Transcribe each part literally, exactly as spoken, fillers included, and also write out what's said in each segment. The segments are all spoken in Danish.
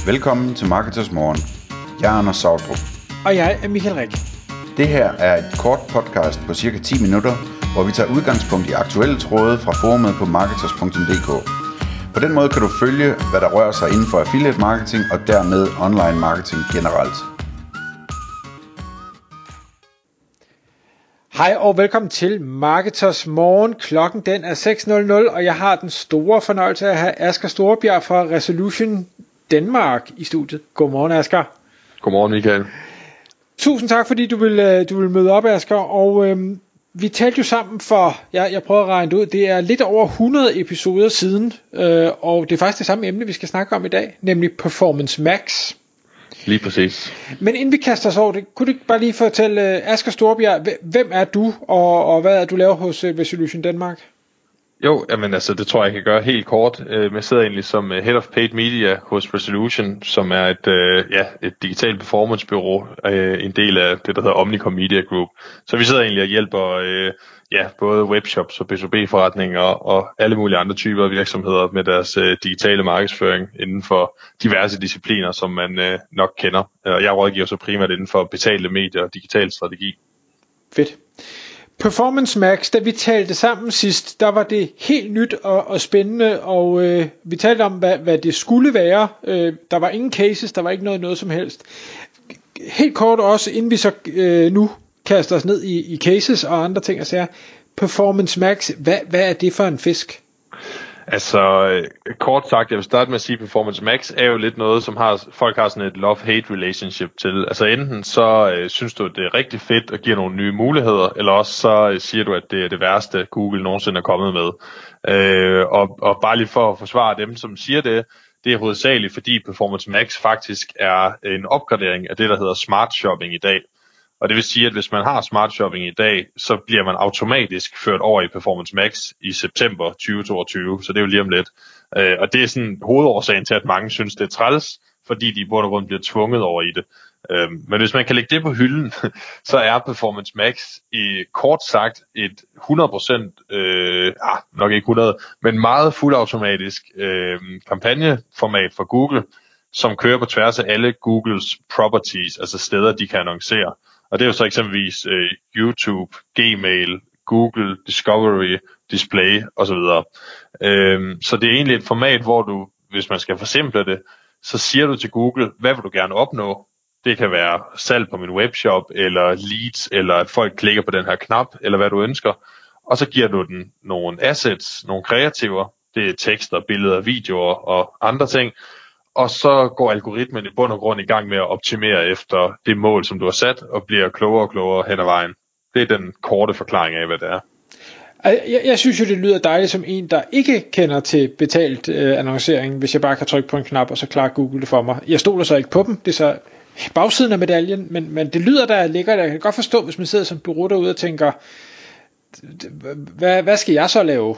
Velkommen til Marketers Morgen. Jeg er Anders Sautrup. Og jeg er Michael Rik. Det her er et kort podcast på cirka ti minutter, hvor vi tager udgangspunkt i aktuelle tråde fra forumet på marketers punktum d k. På den måde kan du følge, hvad der rører sig inden for affiliate marketing og dermed online marketing generelt. Hej og velkommen til Marketers Morgen. Klokken den er seks nul nul, og jeg har den store fornøjelse af at have Asger Storebjerg fra Resolution Danmark i studiet. Godmorgen, Asger. Godmorgen, Michael. Tusind tak, fordi du vil, du vil møde op, Asger. Og øhm, vi talte jo sammen for, jeg, jeg prøver at regne det ud, det er lidt over hundrede episoder siden, øh, og det er faktisk det samme emne, vi skal snakke om i dag, nemlig Performance Max. Lige præcis. Men inden vi kaster os over det, kunne du bare lige fortælle, Asger Storebjerg, hvem er du, og, og hvad er du laver hos Resolution Danmark? Jo, jamen altså, det tror jeg, jeg kan gøre helt kort. Jeg sidder egentlig som Head of Paid Media hos Resolution, som er et, øh, ja, et digitalt performancebureau, øh, en del af det, der hedder Omnicom Media Group. Så vi sidder egentlig og hjælper øh, ja, både webshops og B to B-forretninger og alle mulige andre typer af virksomheder med deres øh, digitale markedsføring inden for diverse discipliner, som man øh, nok kender. Og jeg rådgiver så primært inden for betalte medier og digital strategi. Fedt. Performance Max, da vi talte sammen sidst, der var det helt nyt og, og spændende, og øh, vi talte om, hvad, hvad det skulle være. Øh, der var ingen cases, der var ikke noget, noget som helst. Helt kort også, inden vi så øh, nu kaster os ned i, i cases og andre ting og sager. Performance Max, hvad, hvad er det for en fisk? Altså, kort sagt, jeg vil starte med at sige, at Performance Max er jo lidt noget, som har, folk har sådan et love-hate relationship til. Altså enten så øh, synes du, at det er rigtig fedt og giver nogle nye muligheder, eller også så øh, siger du, at det er det værste, Google nogensinde er kommet med. Øh, og, og bare lige for at forsvare dem, som siger det, det er hovedsageligt, fordi Performance Max faktisk er en opgradering af det, der hedder Smart Shopping i dag. Og det vil sige, at hvis man har Smart Shopping i dag, så bliver man automatisk ført over i Performance Max i september tyve toogtyve, så det er jo lige om lidt. Og det er sådan hovedårsagen til, at mange synes, det er træls, fordi de i bund og grund bliver tvunget over i det. Men hvis man kan lægge det på hylden, så er Performance Max i kort sagt et hundrede procent, øh, ah, nok ikke hundrede, men meget fuldautomatisk øh, kampagneformat for Google, som kører på tværs af alle Googles properties, altså steder, de kan annoncere. Og det er jo så eksempelvis øh, YouTube, Gmail, Google, Discovery, Display osv. Øhm, så det er egentlig et format, hvor du, hvis man skal forsimple det, så siger du til Google, hvad vil du gerne opnå? Det kan være salg på min webshop, eller leads, eller at folk klikker på den her knap, eller hvad du ønsker. Og så giver du den nogle assets, nogle kreativer, det er tekster, billeder, videoer og andre ting. Og så går algoritmen i bund og grund i gang med at optimere efter det mål, som du har sat, og bliver klogere og klogere hen ad vejen. Det er den korte forklaring af, hvad det er. Jeg, jeg synes jo, det lyder dejligt som en, der ikke kender til betalt øh, annoncering, hvis jeg bare kan trykke på en knap, og så klarer Google det for mig. Jeg stoler så ikke på dem, det er så bagsiden af medaljen, men, men det lyder der lækkert. Jeg kan godt forstå, hvis man sidder som bureau derude og tænker, hvad, hvad skal jeg så lave?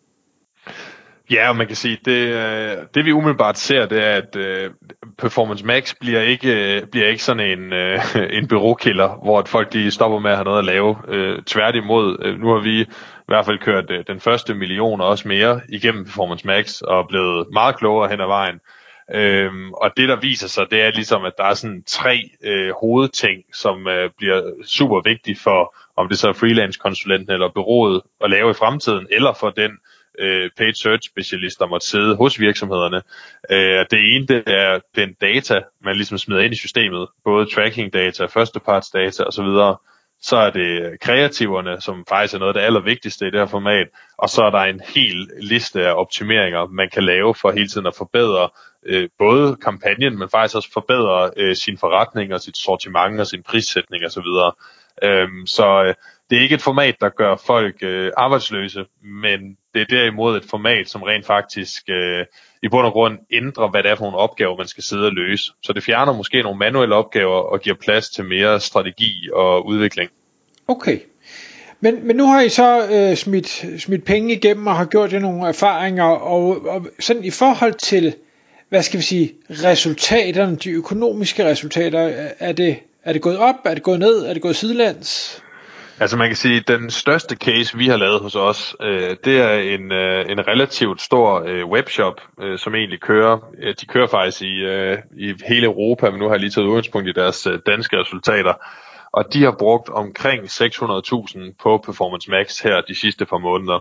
Ja, og man kan sige, det, det vi umiddelbart ser, det er, at uh, Performance Max bliver ikke, uh, bliver ikke sådan en, uh, en bureaukiller, hvor at folk de stopper med at have noget at lave. Uh, tværtimod, uh, nu har vi i hvert fald kørt uh, den første million og også mere igennem Performance Max og blevet meget klogere hen ad vejen. Uh, og det der viser sig, det er ligesom, at der er sådan tre uh, hovedting, som uh, bliver super vigtige for, om det så er freelance-konsulenten eller bureauet at lave i fremtiden, eller for den paid search specialister måtte sidde hos virksomhederne. Det ene, det er den data, man ligesom smider ind i systemet, både tracking data, førsteparts data osv. Så er det kreativerne, som faktisk er noget af det allervigtigste i det her format, og så er der en hel liste af optimeringer, man kan lave for hele tiden at forbedre øh, både kampagnen, men faktisk også forbedre øh, sin forretning og sit sortiment og sin prissætning osv. Øhm, så øh, det er ikke et format, der gør folk øh, arbejdsløse, men det er derimod et format, som rent faktisk øh, i bund og grund ændrer, hvad det er for nogle opgaver, man skal sidde og løse. Så det fjerner måske nogle manuelle opgaver og giver plads til mere strategi og udvikling. Okay. Men, men nu har I så øh, smidt, smidt penge igennem og har gjort jer nogle erfaringer, og, og sådan i forhold til, hvad skal vi sige, resultaterne, de økonomiske resultater, er det, er det gået op, er det gået ned, er det gået sidelæns? Altså man kan sige, at den største case, vi har lavet hos os, øh, det er en, øh, en relativt stor øh, webshop, øh, som egentlig kører. Øh, de kører faktisk i, øh, i hele Europa, men nu har jeg lige taget udgangspunkt i deres øh, danske resultater. Og de har brugt omkring seks hundrede tusind på Performance Max her de sidste par måneder.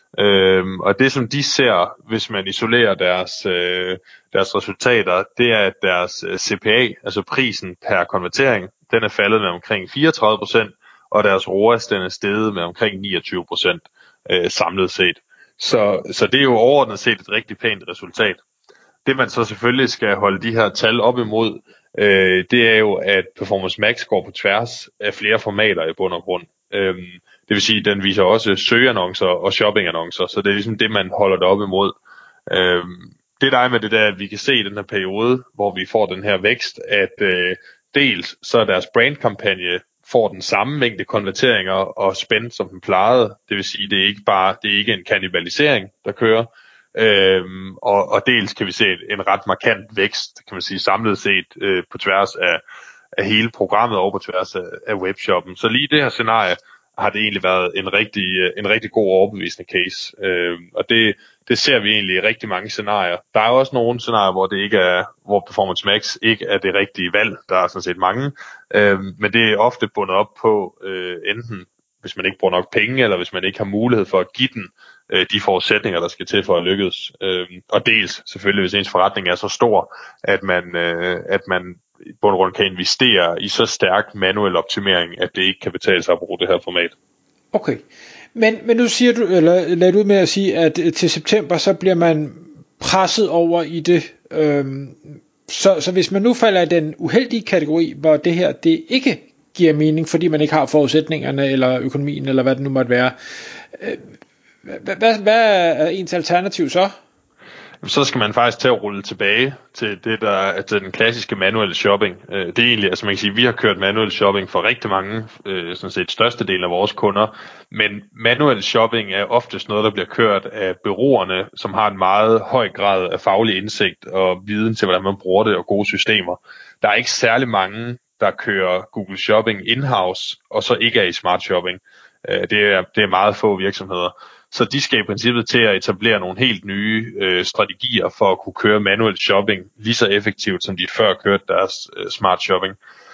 Øhm, og det som de ser, hvis man isolerer deres, øh, deres resultater, det er, at deres øh, C P A, altså prisen per konvertering, den er faldet med omkring fireogtredive procent, og deres R O A S, den er steget med omkring niogtyve procent øh, samlet set. Så, så det er jo overordnet set et rigtig pænt resultat. Det man så selvfølgelig skal holde de her tal op imod, øh, det er jo, at Performance Max går på tværs af flere formater i bund og grund. Øhm, det vil sige, at den viser også søgeannoncer og shoppingannoncer, så det er ligesom det, man holder det op imod. Øhm, det der er med det der, at vi kan se i den her periode, hvor vi får den her vækst, at øh, dels så er deres brandkampagne får den samme mængde konverteringer og spend, som den plejede. Det vil sige, det er ikke bare det er ikke en kannibalisering, der kører. Øhm, og, og dels kan vi se en ret markant vækst, kan man sige, samlet set øh, på tværs af, af hele programmet og på tværs af, af webshoppen. Så lige det her scenarie har det egentlig været en rigtig, en rigtig god overbevisende case. Øhm, og det, det ser vi egentlig i rigtig mange scenarier. Der er også nogle scenarier, hvor det ikke er, hvor Performance Max ikke er det rigtige valg. Der er sådan set mange. Øhm, men det er ofte bundet op på øh, enten, hvis man ikke bruger nok penge, eller hvis man ikke har mulighed for at give den øh, de forudsætninger, der skal til for at lykkes. Øhm, og dels selvfølgelig, hvis ens forretning er så stor, at man, øh, at man i bund og grund kan investere i så stærk manuel optimering, at det ikke kan betale sig at bruge det her format. Okay, men, men nu siger du, eller lad ud med at sige, at til september, så bliver man presset over i det. Øhm, så, så hvis man nu falder i den uheldige kategori, hvor det her, det ikke giver mening, fordi man ikke har forudsætningerne, eller økonomien, eller hvad det nu måtte være, øh, hvad, hvad, hvad er ens alternativ så? Så skal man faktisk til at rulle tilbage til det der, til den klassiske manuelle shopping. Det er egentlig, altså man kan sige, vi har kørt manuel shopping for rigtig mange, sådan set størstedelen af vores kunder, men manuel shopping er oftest noget, der bliver kørt af bureauerne, som har en meget høj grad af faglig indsigt og viden til, hvordan man bruger det og gode systemer. Der er ikke særlig mange, der kører Google Shopping in-house, og så ikke er i smart shopping. Det er, det er meget få virksomheder. Så de skal i princippet til at etablere nogle helt nye øh, strategier for at kunne køre manuel shopping lige så effektivt, som de før kørte deres øh, smart shopping.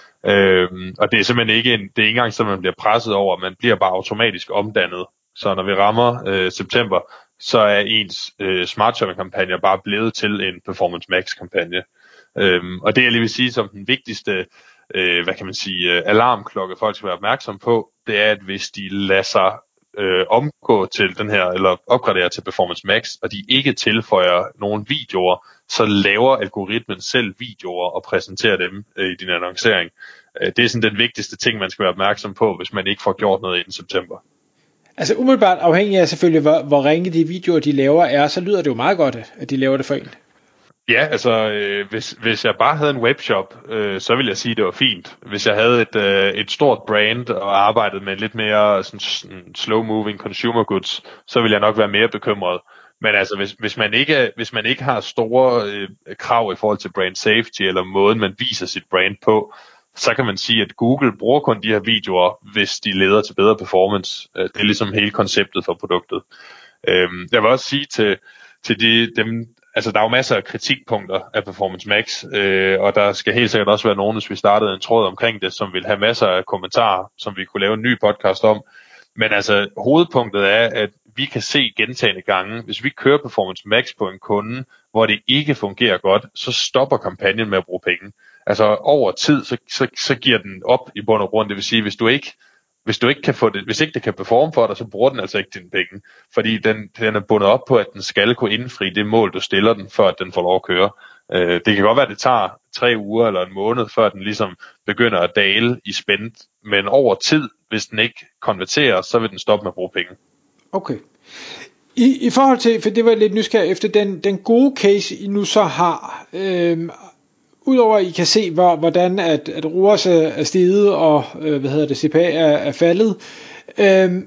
Øhm, og det er simpelthen ikke, en, det er ikke engang, som man bliver presset over, man bliver bare automatisk omdannet. Så når vi rammer øh, september, så er ens øh, smart shopping kampagne bare blevet til en Performance Max kampagne. Øhm, og det jeg lige vil sige som den vigtigste øh, hvad kan man sige, øh, alarmklokke folk skal være opmærksom på, det er, at hvis de lader sig Øh, omgå til den her, eller opgradere til Performance Max, og de ikke tilføjer nogle videoer, så laver algoritmen selv videoer og præsenterer dem øh, i din annoncering. Øh, det er sådan den vigtigste ting, man skal være opmærksom på, hvis man ikke får gjort noget inden september. Altså umiddelbart afhængig af selvfølgelig, hvor, hvor ringe de videoer, de laver er, så lyder det jo meget godt, at de laver det for en. Ja, altså øh, hvis, hvis jeg bare havde en webshop, øh, så ville jeg sige, at det var fint. Hvis jeg havde et, øh, et stort brand og arbejdede med lidt mere sådan, sådan slow-moving consumer goods, så ville jeg nok være mere bekymret. Men altså, hvis, hvis, man, ikke, hvis man ikke har store øh, krav i forhold til brand safety, eller måden man viser sit brand på, så kan man sige, at Google bruger kun de her videoer, hvis de leder til bedre performance. Det er ligesom hele konceptet for produktet. Øh, jeg vil også sige til, til de, dem, altså der er jo masser af kritikpunkter af Performance Max, øh, og der skal helt sikkert også være nogen, hvis vi startede en tråd omkring det, som vil have masser af kommentarer, som vi kunne lave en ny podcast om. Men altså hovedpunktet er, at vi kan se gentagne gange, hvis vi kører Performance Max på en kunde, hvor det ikke fungerer godt, så stopper kampagnen med at bruge penge. Altså over tid, så, så, så giver den op i bund og grund. Det vil sige, hvis du ikke Hvis du ikke kan få det, hvis ikke det kan performe for dig, så bruger den altså ikke dine penge. Fordi den, den er bundet op på, at den skal kunne indfri det mål, du stiller den, før at den får lov at køre. Øh, det kan godt være, at det tager tre uger eller en måned, før den ligesom begynder at dale i spændt. Men over tid, hvis den ikke konverterer, så vil den stoppe med at bruge penge. Okay. I, i forhold til, for det var lidt nysgerrig efter, den, den gode case, I nu så har, øh, udover at I kan se, hvor, hvordan at, at R O A S er steget, og øh, hvad hedder det, C P A er, er faldet, øh,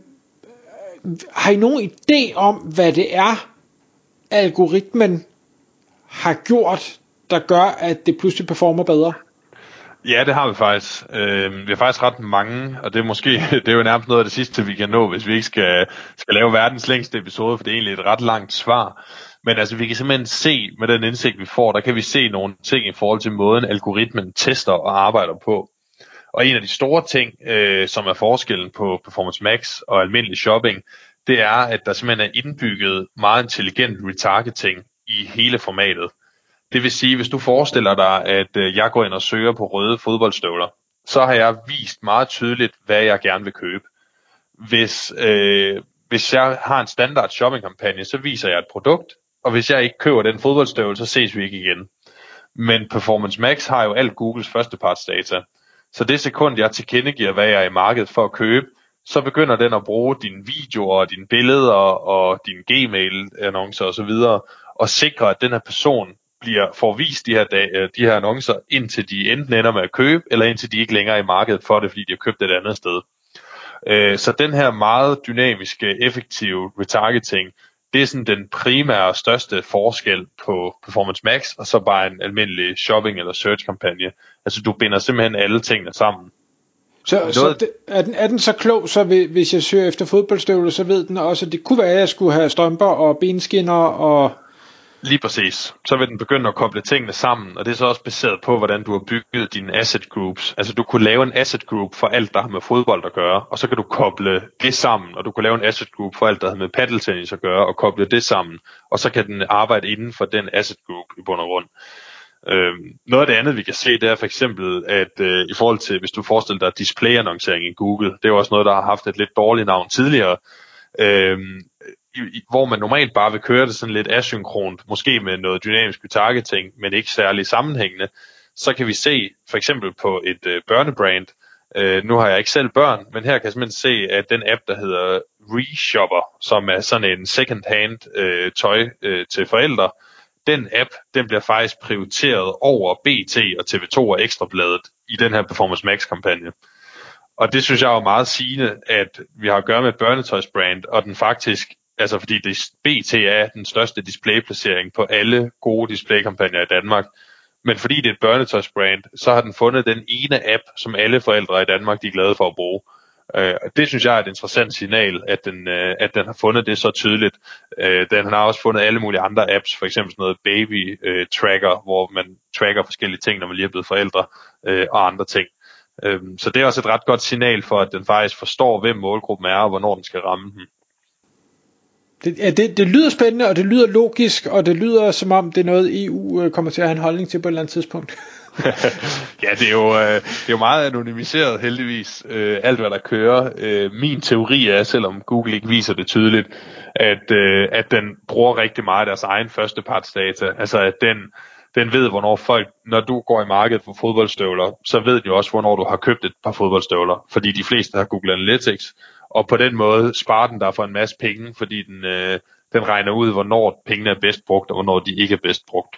har I nogen idé om, hvad det er, algoritmen har gjort, der gør, at det pludselig performer bedre? Ja, det har vi faktisk. Øh, vi har faktisk ret mange, og det er måske det er jo nærmest noget af det sidste, vi kan nå, hvis vi ikke skal, skal lave verdens længste episode, for det er egentlig et ret langt svar. Men altså, vi kan simpelthen se, med den indsigt, vi får, der kan vi se nogle ting i forhold til måden, algoritmen tester og arbejder på. Og en af de store ting, øh, som er forskellen på Performance Max og almindelig shopping, det er, at der simpelthen er indbygget meget intelligent retargeting i hele formatet. Det vil sige, hvis du forestiller dig, at øh, jeg går ind og søger på røde fodboldstøvler, så har jeg vist meget tydeligt, hvad jeg gerne vil købe. Hvis, øh, hvis jeg har en standard shoppingkampagne, så viser jeg et produkt, og hvis jeg ikke køber den fodboldstøvle, så ses vi ikke igen. Men Performance Max har jo alt Googles førstepartsdata. Så det sekund, jeg tilkendegiver, hvad jeg er i markedet for at købe, så begynder den at bruge dine videoer, dine billeder og dine Gmail-annoncer osv. og sikre, at den her person bliver, får vist de her, de her annoncer, indtil de enten ender med at købe, eller indtil de ikke længere er i markedet for det, fordi de har købt et andet sted. Så den her meget dynamiske, effektive retargeting, det er sådan den primære og største forskel på Performance Max, og så bare en almindelig shopping- eller search-kampagne. Altså du binder simpelthen alle tingene sammen. Så, Noget... så det, er, den, er den så klog, så hvis jeg søger efter fodboldstøvler, så ved den også, at det kunne være, at jeg skulle have strømper og benskinner og... Lige præcis. Så vil den begynde at koble tingene sammen, og det er så også baseret på, hvordan du har bygget dine asset groups. Altså du kunne lave en asset group for alt, der har med fodbold at gøre, og så kan du koble det sammen, og du kunne lave en asset group for alt, der har med paddeltennis at gøre, og koble det sammen, og så kan den arbejde inden for den asset group i bund og grund. Øhm, noget af det andet, vi kan se, det er for eksempel, at øh, i forhold til, hvis du forestiller dig display-annoncering i Google, det er jo også noget, der har haft et lidt dårligt navn tidligere, øhm, i, hvor man normalt bare vil køre det sådan lidt asynkront, måske med noget dynamisk retargeting, men ikke særlig sammenhængende, så kan vi se for eksempel på et øh, børnebrand, øh, nu har jeg ikke selv børn, men her kan jeg simpelthen se, at den app, der hedder ReShopper, som er sådan en second-hand øh, tøj øh, til forældre, den app, den bliver faktisk prioriteret over B T og T V to og Ekstrabladet i den her Performance Max-kampagne. Og det synes jeg er meget sigende, at vi har at gøre med et børnetøjsbrand, og den faktisk, altså fordi det, B T er den største displayplacering på alle gode displaykampagner i Danmark, men fordi det er et børnetøjsbrand, så har den fundet den ene app, som alle forældre i Danmark de er glade for at bruge. Uh, det synes jeg er et interessant signal, at den, uh, at den har fundet det så tydeligt. Uh, den har også fundet alle mulige andre apps, for eksempel sådan noget baby uh, tracker, hvor man tracker forskellige ting, når man lige er blevet forældre, uh, og andre ting. Uh, så det er også et ret godt signal for, at den faktisk forstår, hvem målgruppen er, og hvornår den skal ramme dem. Det, ja, det, det lyder spændende, og det lyder logisk, og det lyder som om, det er noget E U kommer til at have en holdning til på et eller andet tidspunkt. Ja, det er, jo, øh, det er jo meget anonymiseret heldigvis, øh, alt hvad der kører. Øh, min teori er, selvom Google ikke viser det tydeligt, at, øh, at den bruger rigtig meget af deres egen førstepartsdata. Altså at den, den ved, hvornår folk, når du går i markedet for fodboldstøvler, så ved den jo også, hvornår du har købt et par fodboldstøvler, fordi de fleste har Google Analytics, og på den måde sparer den der for en masse penge, fordi den, øh, den regner ud, hvornår pengene er bedst brugt, og hvornår de ikke er bedst brugt.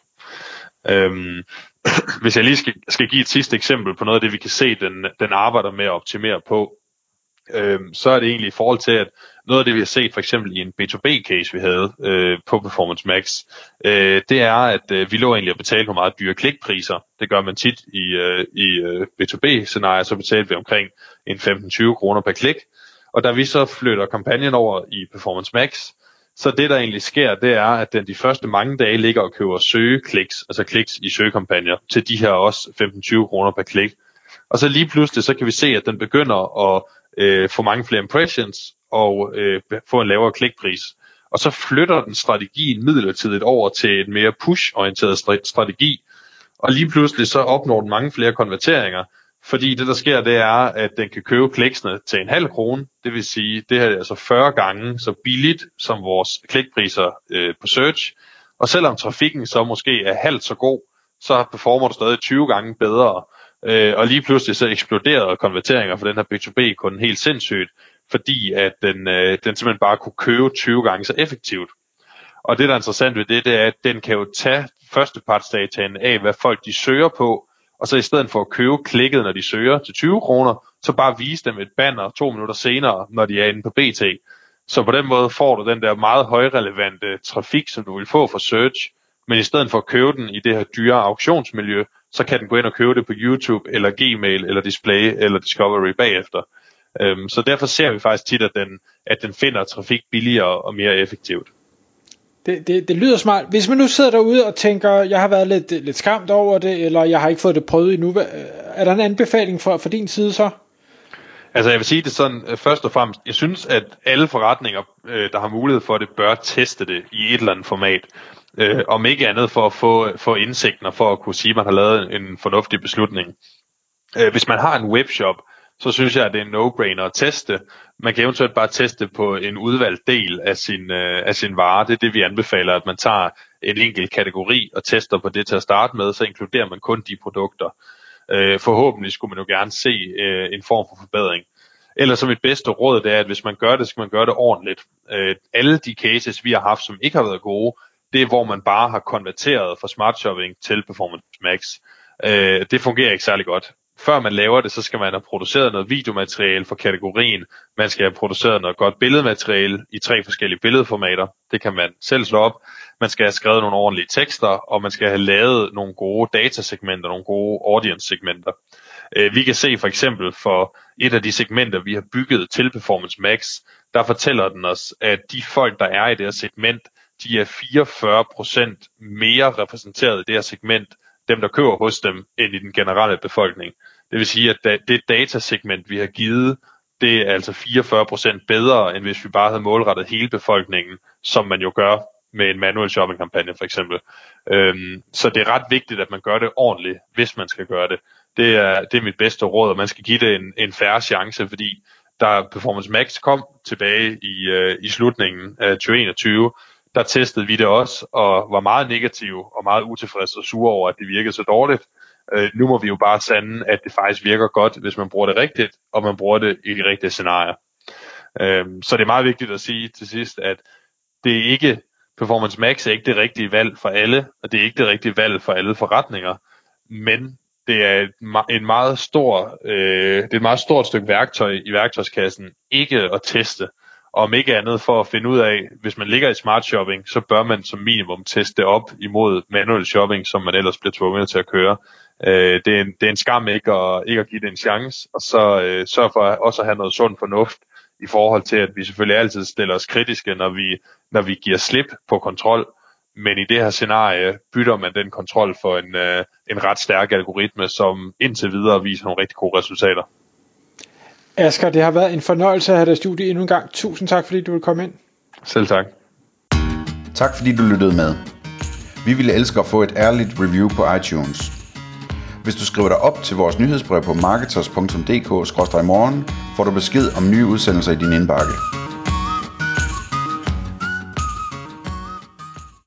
Øhm, hvis jeg lige skal, skal give et sidste eksempel på noget af det, vi kan se, den, den arbejder med at optimere på, øhm, så er det egentlig i forhold til, at noget af det, vi har set for eksempel i en B to B case, vi havde øh, på Performance Max, øh, det er, at øh, vi lå egentlig at betale på meget dyre klikpriser. Det gør man tit i, øh, i øh, B to B-scenarier, så betaler vi omkring en femten til tyve kroner per klik. Og da vi så flytter kampagnen over i Performance Max, så det der egentlig sker, det er, at den de første mange dage ligger og køber søgekliks, altså kliks i søgekampagner, til de her også femten til tyve kroner per klik. Og så lige pludselig, så kan vi se, at den begynder at øh, få mange flere impressions og øh, få en lavere klikpris. Og så flytter den strategien midlertidigt over til en mere push-orienteret strategi. Og lige pludselig så opnår den mange flere konverteringer, fordi det der sker, det er, at den kan købe kliksene til en halv krone. Det vil sige, det her er altså fyrre gange så billigt som vores klikpriser øh, på search. Og selvom trafikken så måske er halvt så god, så performer du stadig tyve gange bedre. Øh, og lige pludselig så eksploderede konverteringer for den her B to B-kunde helt sindssygt, fordi at den, øh, den simpelthen bare kunne købe tyve gange så effektivt. Og det der er interessant ved det, det er, at den kan jo tage førstepartsdataen af, hvad folk de søger på, og så i stedet for at købe klikket, når de søger til tyve kroner, så bare vise dem et banner to minutter senere, når de er inde på B T. Så på den måde får du den der meget højrelevante trafik, som du vil få fra search, men i stedet for at købe den i det her dyre auktionsmiljø, så kan den gå ind og købe det på YouTube, eller Gmail, eller Display, eller Discovery bagefter. Øhm, så derfor ser vi faktisk tit, at den, at den finder trafik billigere og mere effektivt. Det, det, det lyder smart. Hvis man nu sidder derude og tænker, jeg har været lidt, lidt skræmt over det, eller jeg har ikke fået det prøvet endnu, er der en anbefaling for, for din side så? Altså jeg vil sige det sådan, først og fremmest, jeg synes, at alle forretninger, der har mulighed for det, bør teste det i et eller andet format. Øh, om ikke andet for at få, få indsigten og for at kunne sige, at man har lavet en fornuftig beslutning. Øh, hvis man har en webshop, så synes jeg, at det er en no-brainer at teste. Man kan eventuelt bare teste på en udvalgt del af sin, øh, af sin vare. Det er det, vi anbefaler, at man tager en enkelt kategori og tester på det til at starte med, så inkluderer man kun de produkter. Øh, forhåbentlig skulle man jo gerne se øh, en form for forbedring. Ellers som mit bedste råd, det er, at hvis man gør det, skal man gøre det ordentligt. Øh, alle de cases, vi har haft, som ikke har været gode, det er, hvor man bare har konverteret fra Smart Shopping til Performance Max. Øh, det fungerer ikke særlig godt. Før man laver det, så skal man have produceret noget videomateriale for kategorien. Man skal have produceret noget godt billedmateriale i tre forskellige billedformater. Det kan man selv slå op. Man skal have skrevet nogle ordentlige tekster, og man skal have lavet nogle gode datasegmenter, nogle gode audience-segmenter. Øh, vi kan se for eksempel for et af de segmenter, vi har bygget til Performance Max, der fortæller den os, at de folk, der er i det her segment, de er fireogfyrre procent mere repræsenteret i det her segment, dem der køber hos dem, end i den generelle befolkning. Det vil sige, at det datasegment, vi har givet, det er altså fireogfyrre procent bedre, end hvis vi bare havde målrettet hele befolkningen, som man jo gør med en manual shopping kampagne for eksempel. Øhm, så det er ret vigtigt, at man gør det ordentligt, hvis man skal gøre det. Det er, det er mit bedste råd, og man skal give det en, en fair chance, fordi da Performance Max kom tilbage i, øh, i slutningen af tyve enogtyve, der testede vi det også, og var meget negative og meget utilfredse og sure over, at det virkede så dårligt. Øh, nu må vi jo bare sande, at det faktisk virker godt, hvis man bruger det rigtigt, og man bruger det i de rigtige scenarier. Øh, så det er meget vigtigt at sige til sidst, at det er ikke, Performance Max er ikke det rigtige valg for alle, og det er ikke det rigtige valg for alle forretninger, men det er et, en meget stor, øh, det er et meget stort stykke værktøj i værktøjskassen ikke at teste. Og om ikke andet for at finde ud af, hvis man ligger i smart shopping, så bør man som minimum teste det op imod manual shopping, som man ellers bliver tvunget til at køre. Øh, det, er en, det er en skam ikke at, ikke at give det en chance, og så øh, sørg for også at have noget sund fornuft i forhold til, at vi selvfølgelig altid stiller os kritiske, når vi, når vi giver slip på kontrol. Men i det her scenarie bytter man den kontrol for en, øh, en ret stærk algoritme, som indtil videre viser nogle rigtig gode resultater. Asger, det har været en fornøjelse at have dig i studiet endnu en gang. Tusind tak, fordi du ville komme ind. Selv tak. Tak fordi du lyttede med. Vi ville elske at få et ærligt review på iTunes. Hvis du skriver dig op til vores nyhedsbrev på marketers punktum d k skråstreg morgen, får du besked om nye udsendelser i din indbakke.